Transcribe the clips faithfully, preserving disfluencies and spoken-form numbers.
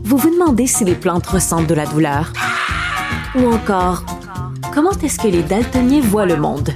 Vous vous demandez si les plantes ressentent de la douleur? Ou encore, comment est-ce que les daltoniens voient le monde?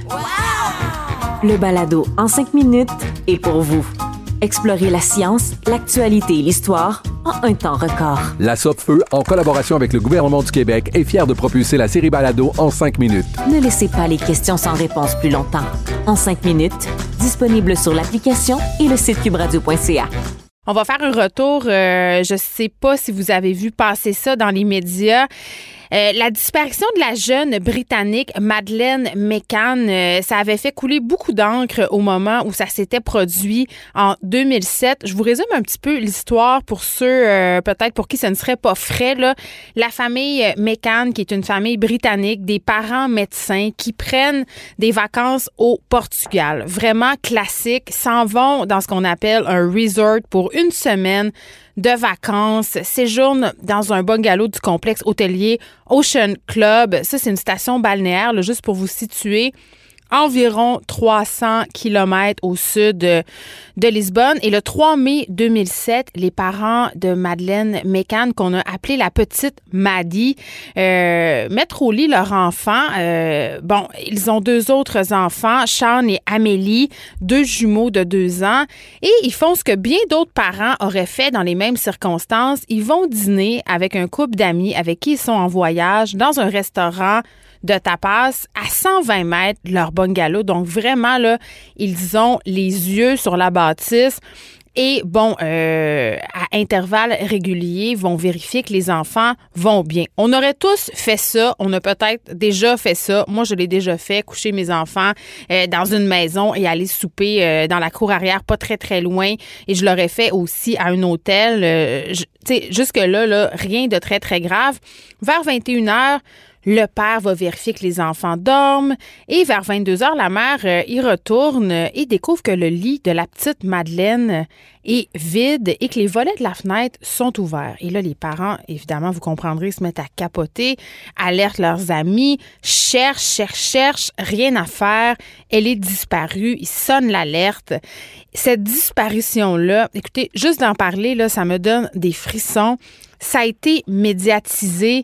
Le balado en cinq minutes est pour vous. Explorez la science, l'actualité et l'histoire en un temps record. La Sopfeu, en collaboration avec le gouvernement du Québec, est fière de propulser la série Balado en cinq minutes. Ne laissez pas les questions sans réponse plus longtemps. En cinq minutes, disponible sur l'application et le site cube radio point c a. On va faire un retour. Euh, je ne sais pas si vous avez vu passer ça dans les médias. Euh, la disparition de la jeune Britannique Madeleine McCann, euh, ça avait fait couler beaucoup d'encre au moment où ça s'était produit en deux mille sept. Je vous résume un petit peu l'histoire pour ceux, euh, peut-être pour qui ce ne serait pas frais, là. La famille McCann, qui est une famille britannique, des parents médecins qui prennent des vacances au Portugal. Vraiment classique. S'en vont dans ce qu'on appelle un resort pour une semaine de vacances, séjourne dans un bungalow du complexe hôtelier Ocean Club. Ça, c'est une station balnéaire, là, juste pour vous situer, environ trois cents kilomètres au sud de, de Lisbonne. Et le trois mai deux mille sept, les parents de Madeleine McCann, qu'on a appelé la petite Maddie, euh, mettent au lit leur enfant. Euh, bon, ils ont deux autres enfants, Sean et Amélie, deux jumeaux de deux ans. Et ils font ce que bien d'autres parents auraient fait dans les mêmes circonstances. Ils vont dîner avec un couple d'amis avec qui ils sont en voyage dans un restaurant de tapas à cent vingt mètres de leur bungalow. Donc, vraiment, là, ils ont les yeux sur la bâtisse. Et, bon, euh, à intervalles réguliers, vont vérifier que les enfants vont bien. On aurait tous fait ça. On a peut-être déjà fait ça. Moi, je l'ai déjà fait, coucher mes enfants euh, dans une maison et aller souper euh, dans la cour arrière, pas très, très loin. Et je l'aurais fait aussi à un hôtel. Euh, tu sais, jusque-là, là, rien de très, très grave. Vers vingt et une heures, le père va vérifier que les enfants dorment et vers vingt-deux heures, la mère euh, y retourne et découvre que le lit de la petite Madeleine est vide et que les volets de la fenêtre sont ouverts. Et là, les parents, évidemment, vous comprendrez, se mettent à capoter, alertent leurs amis, cherchent, cherchent, cherchent, rien à faire. Elle est disparue. Ils sonnent l'alerte. Cette disparition-là, écoutez, juste d'en parler, là, ça me donne des frissons. Ça a été médiatisé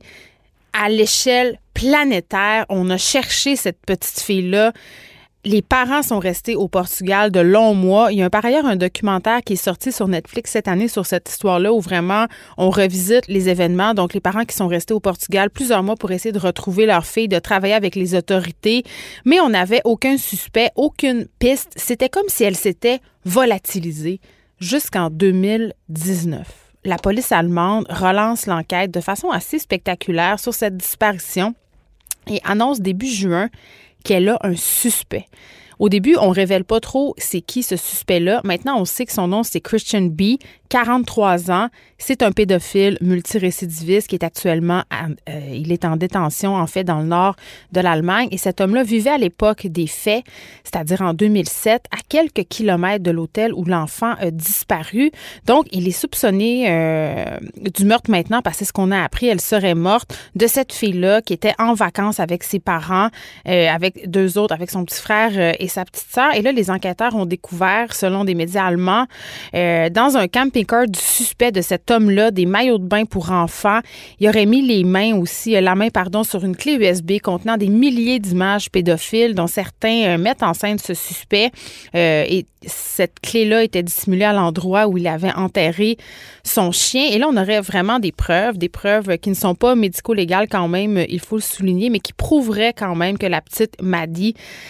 à l'échelle planétaire. On a cherché cette petite fille-là. Les parents sont restés au Portugal de longs mois. Il y a par ailleurs un documentaire qui est sorti sur Netflix cette année sur cette histoire-là où vraiment on revisite les événements. Donc, les parents qui sont restés au Portugal plusieurs mois pour essayer de retrouver leur fille, de travailler avec les autorités. Mais on n'avait aucun suspect, aucune piste. C'était comme si elle s'était volatilisée jusqu'en deux mille dix-neuf. La police allemande relance l'enquête de façon assez spectaculaire sur cette disparition et annonce début juin qu'elle a un suspect. Au début, on ne révèle pas trop c'est qui ce suspect-là. Maintenant, on sait que son nom, c'est Christian B., quarante-trois ans. C'est un pédophile multirécidiviste qui est actuellement, à, euh, il est en détention, en fait, dans le nord de l'Allemagne. Et cet homme-là vivait à l'époque des faits, c'est-à-dire en deux mille sept, à quelques kilomètres de l'hôtel où l'enfant a disparu. Donc, il est soupçonné euh, du meurtre maintenant parce que c'est ce qu'on a appris. Elle serait morte de cette fille-là qui était en vacances avec ses parents, euh, avec deux autres, avec son petit frère euh, et sa petite sœur. Et là, les enquêteurs ont découvert, selon des médias allemands, euh, dans un camping-car du suspect de cet homme-là, des maillots de bain pour enfants. Il aurait mis les mains aussi, euh, la main, pardon, sur une clé U S B contenant des milliers d'images pédophiles dont certains euh, mettent en scène ce suspect. Euh, et cette clé-là était dissimulée à l'endroit où il avait enterré son chien. Et là, on aurait vraiment des preuves, des preuves qui ne sont pas médico-légales quand même, il faut le souligner, mais qui prouveraient quand même que la petite Maddie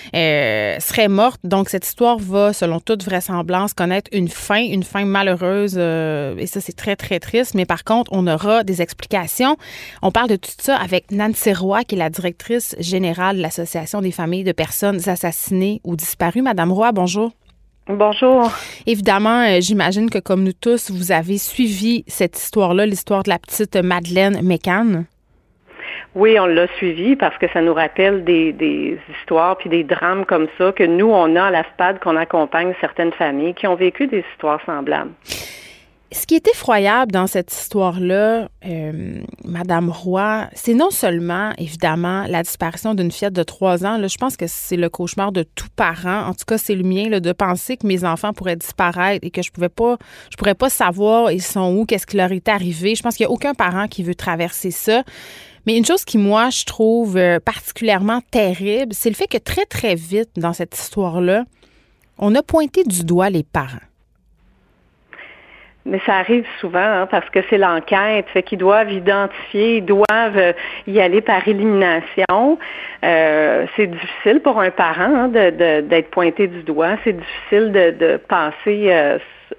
euh, serait morte. Donc, cette histoire va, selon toute vraisemblance, connaître une fin, une fin malheureuse. Euh, et ça, c'est très, très triste. Mais par contre, on aura des explications. On parle de tout ça avec Nancy Roy, qui est la directrice générale de l'Association des familles de personnes assassinées ou disparues. Madame Roy, bonjour. Bonjour. Évidemment, euh, j'imagine que comme nous tous, vous avez suivi cette histoire-là, l'histoire de la petite Madeleine McCann. Oui, on l'a suivi parce que ça nous rappelle des, des histoires puis des drames comme ça que nous, on a à l'A S P A D, qu'on accompagne certaines familles qui ont vécu des histoires semblables. Ce qui est effroyable dans cette histoire-là, euh, Madame Roy, c'est non seulement, évidemment, la disparition d'une fillette de trois ans. Là, je pense que c'est le cauchemar de tout parent. En tout cas, c'est le mien, là, de penser que mes enfants pourraient disparaître et que je pouvais pas, je pourrais pas savoir ils sont où, qu'est-ce qui leur est arrivé. Je pense qu'il n'y a aucun parent qui veut traverser ça. Mais une chose qui, moi, je trouve particulièrement terrible, c'est le fait que très, très vite, dans cette histoire-là, on a pointé du doigt les parents. Mais ça arrive souvent, hein, parce que c'est l'enquête, fait qu'ils doivent identifier, ils doivent y aller par élimination. Euh, c'est difficile pour un parent hein, de, de, d'être pointé du doigt. C'est difficile de, de passer euh,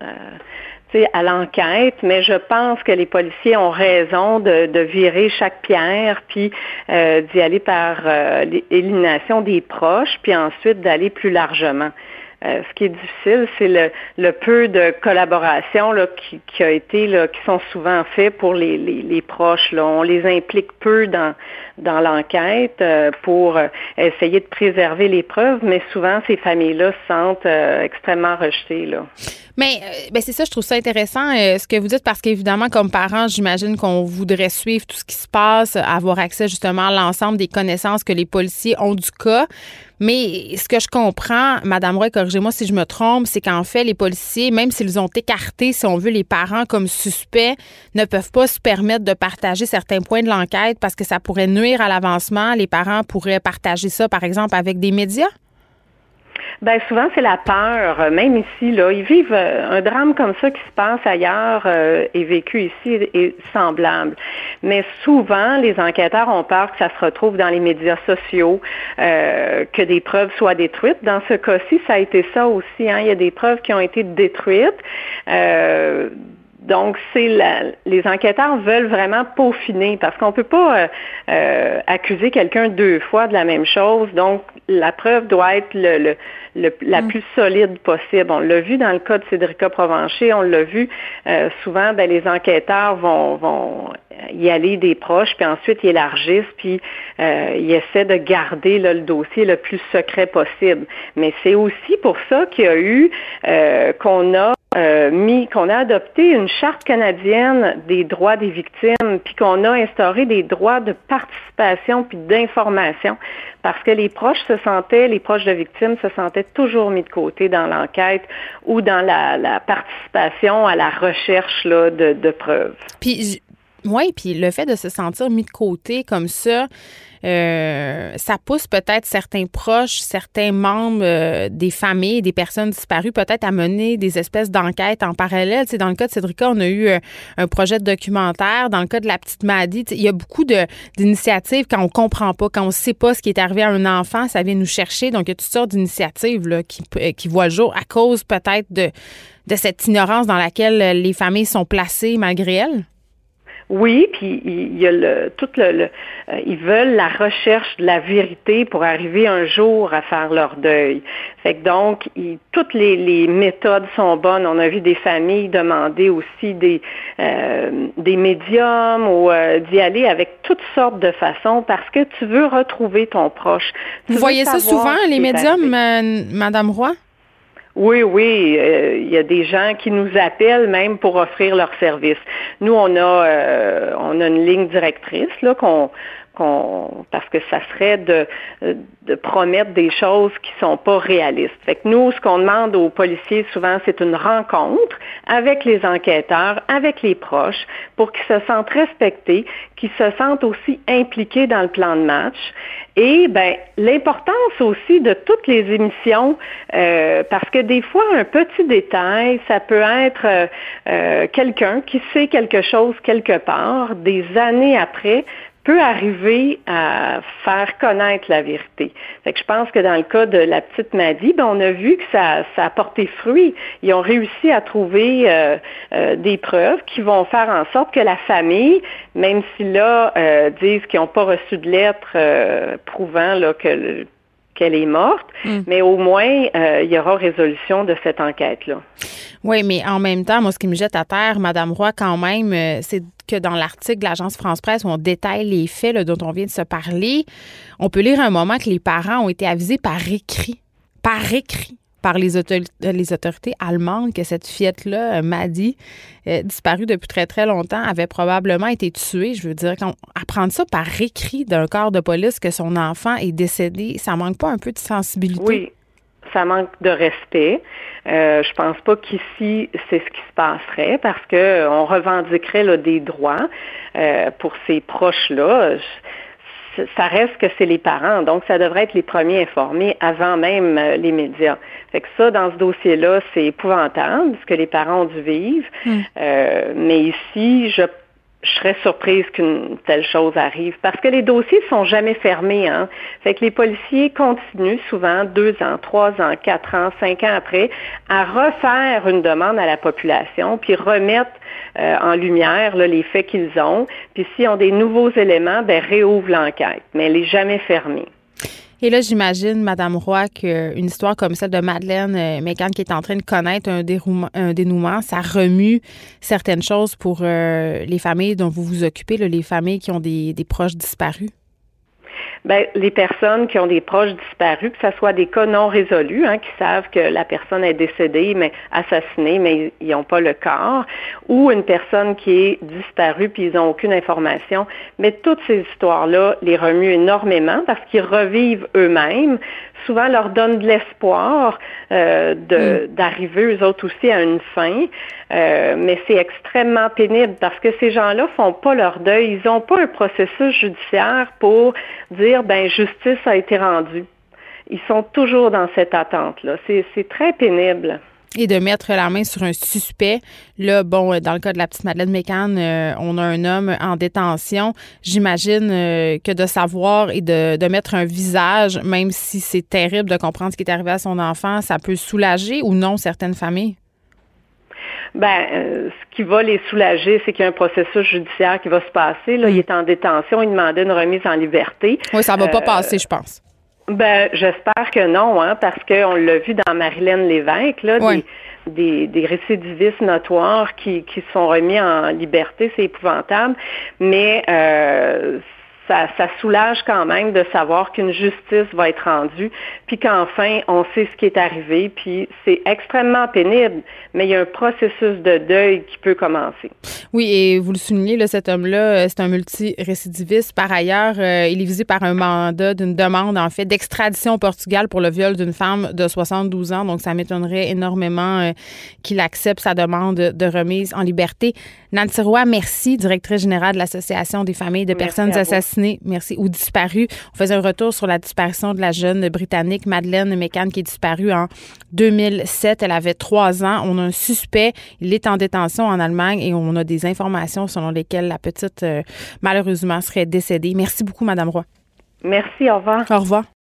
euh, à l'enquête, mais je pense que les policiers ont raison de, de virer chaque pierre, puis euh, d'y aller par euh, l'élimination des proches, puis ensuite d'aller plus largement. Euh, ce qui est difficile, c'est le, le peu de collaboration là, qui, qui a été, là, qui sont souvent faits pour les, les, les proches. Là. On les implique peu dans, dans l'enquête euh, pour euh, essayer de préserver les preuves, mais souvent ces familles-là se sentent euh, extrêmement rejetées. Là. Mais euh, ben c'est ça, je trouve ça intéressant euh, ce que vous dites, parce qu'évidemment, comme parents, j'imagine qu'on voudrait suivre tout ce qui se passe, avoir accès justement à l'ensemble des connaissances que les policiers ont du cas. Mais ce que je comprends, Madame Roy, corrigez-moi si je me trompe, c'est qu'en fait, les policiers, même s'ils ont écarté, si on veut, les parents comme suspects, ne peuvent pas se permettre de partager certains points de l'enquête parce que ça pourrait nuire à l'avancement. Les parents pourraient partager ça, par exemple, avec des médias? Bien, souvent, c'est la peur. Même ici, là, ils vivent un drame comme ça qui se passe ailleurs euh, et vécu ici est semblable. Mais souvent, les enquêteurs ont peur que ça se retrouve dans les médias sociaux, euh, que des preuves soient détruites. Dans ce cas-ci, ça a été ça aussi. Hein. Il y a des preuves qui ont été détruites. Euh, Donc, c'est la, les enquêteurs veulent vraiment peaufiner parce qu'on peut pas euh, euh, accuser quelqu'un deux fois de la même chose. Donc, la preuve doit être le, le, le, la mm. plus solide possible. On l'a vu dans le cas de Cédrica Provencher, on l'a vu euh, souvent, ben, les enquêteurs vont, vont y aller des proches, puis ensuite ils élargissent, puis euh, ils essaient de garder là, le dossier le plus secret possible. Mais c'est aussi pour ça qu'il y a eu, euh, qu'on a Euh, mis, qu'on a adopté une charte canadienne des droits des victimes, puis qu'on a instauré des droits de participation puis d'information, parce que les proches se sentaient, les proches de victimes se sentaient toujours mis de côté dans l'enquête ou dans la, la participation à la recherche là, de, de preuves. Puis, oui, puis le fait de se sentir mis de côté comme ça, Euh, ça pousse peut-être certains proches, certains membres euh, des familles, des personnes disparues, peut-être à mener des espèces d'enquêtes en parallèle. Tu sais, dans le cas de Cédrica, on a eu euh, un projet de documentaire. Dans le cas de la petite Maddy, il y a beaucoup de, d'initiatives quand on comprend pas, quand on sait pas ce qui est arrivé à un enfant, ça vient nous chercher. Donc, il y a toutes sortes d'initiatives là, qui, qui voient le jour à cause peut-être de, de cette ignorance dans laquelle les familles sont placées malgré elles. Oui, puis il y a le tout le, le euh, ils veulent la recherche de la vérité pour arriver un jour à faire leur deuil. Fait que donc il, toutes les, les méthodes sont bonnes. On a vu des familles demander aussi des euh, des médiums ou euh, d'y aller avec toutes sortes de façons parce que tu veux retrouver ton proche. Tu Vous voyez ça souvent les médiums, euh, Madame Roy? Oui, oui, euh, il y a des gens qui nous appellent même pour offrir leurs services. Nous, on a euh, on a une ligne directrice là qu'on qu'on parce que ça serait de de promettre des choses qui sont pas réalistes. Fait que nous, ce qu'on demande aux policiers souvent, c'est une rencontre avec les enquêteurs, avec les proches, pour qu'ils se sentent respectés, qu'ils se sentent aussi impliqués dans le plan de match. Et ben l'importance aussi de toutes les émissions, euh, parce que des fois, un petit détail, ça peut être euh, euh, quelqu'un qui sait quelque chose quelque part, des années après, peut arriver à faire connaître la vérité. Fait que je pense que dans le cas de la petite Maddy, ben on a vu que ça, ça a porté fruit. Ils ont réussi à trouver euh, euh, des preuves qui vont faire en sorte que la famille, même si là euh, disent qu'ils n'ont pas reçu de lettre euh, prouvant là, que le, qu'elle est morte, mm. mais au moins, euh, il y aura résolution de cette enquête-là. Oui, mais en même temps, moi, ce qui me jette à terre, Madame Roy, quand même, euh, c'est que dans l'article de l'Agence France-Presse où on détaille les faits là, dont on vient de se parler, on peut lire à un moment que les parents ont été avisés par écrit, par écrit, par les, auto- les autorités allemandes que cette fillette-là, Maddie, euh, disparue depuis très, très longtemps, avait probablement été tuée. Je veux dire, quand on, apprendre ça par écrit d'un corps de police que son enfant est décédé, ça manque pas un peu de sensibilité? Oui. Ça manque de respect. Euh, je pense pas qu'ici, c'est ce qui se passerait parce que on revendiquerait là, des droits euh, pour ces proches-là. Je, ça reste que c'est les parents, donc ça devrait être les premiers informés avant même euh, les médias. Fait que ça, dans ce dossier-là, c'est épouvantable, ce que les parents ont dû vivre. Mm. Euh, mais ici, je Je serais surprise qu'une telle chose arrive parce que les dossiers sont jamais fermés, hein. Fait que les policiers continuent souvent deux ans, trois ans, quatre ans, cinq ans après à refaire une demande à la population puis remettre euh, en lumière là, les faits qu'ils ont. Puis s'ils ont des nouveaux éléments, ben réouvrent l'enquête, mais elle n'est jamais fermée. Et là, j'imagine, Madame Roy, qu'une histoire comme celle de Madeleine euh, Mécan qui est en train de connaître un, déroulement, un dénouement, ça remue certaines choses pour euh, les familles dont vous vous occupez, là, les familles qui ont des, des proches disparus. Bien, les personnes qui ont des proches disparus, que ce soit des cas non résolus, hein, qui savent que la personne est décédée, mais assassinée, mais ils n'ont pas le corps, ou une personne qui est disparue puis ils n'ont aucune information. Mais toutes ces histoires-là les remuent énormément parce qu'ils revivent eux-mêmes. Souvent, leur donne de l'espoir euh, de, mm. d'arriver, eux autres aussi, à une fin. Euh, mais c'est extrêmement pénible parce que ces gens-là font pas leur deuil. Ils n'ont pas un processus judiciaire pour dire, ben justice a été rendue. Ils sont toujours dans cette attente-là. C'est, c'est très pénible. Et de mettre la main sur un suspect. Là, bon, dans le cas de la petite Madeleine Mécan, euh, on a un homme en détention. J'imagine euh, que de savoir et de, de mettre un visage, même si c'est terrible de comprendre ce qui est arrivé à son enfant, ça peut soulager ou non certaines familles? Ben, euh, ce qui va les soulager, c'est qu'il y a un processus judiciaire qui va se passer. Là, il est en détention, il demandait une remise en liberté. Oui, ça va pas euh, passer, je pense. Ben, j'espère que non, hein, parce qu'on l'a vu dans Marilyn Lévesque, là, oui. des, des, des récidivistes notoires qui, qui sont remis en liberté, c'est épouvantable, mais euh, ça, ça soulage quand même de savoir qu'une justice va être rendue, puis qu'enfin, on sait ce qui est arrivé, puis c'est extrêmement pénible, mais il y a un processus de deuil qui peut commencer. Oui, et vous le soulignez, là, cet homme-là, c'est un multirécidiviste. Par ailleurs, euh, il est visé par un mandat d'une demande, en fait, d'extradition au Portugal pour le viol d'une femme de soixante-douze ans. Donc, ça m'étonnerait énormément euh, qu'il accepte sa demande de remise en liberté. Nancy Roy, merci, directrice générale de l'Association des familles de merci personnes assassinées, merci, ou disparues. On faisait un retour sur la disparition de la jeune Britannique Madeleine Mécan qui est disparue en deux mille sept. Elle avait trois ans. On a un suspect. Il est en détention en Allemagne et on a des informations selon lesquelles la petite, euh, malheureusement, serait décédée. Merci beaucoup, Madame Roy. Merci, au revoir. Au revoir.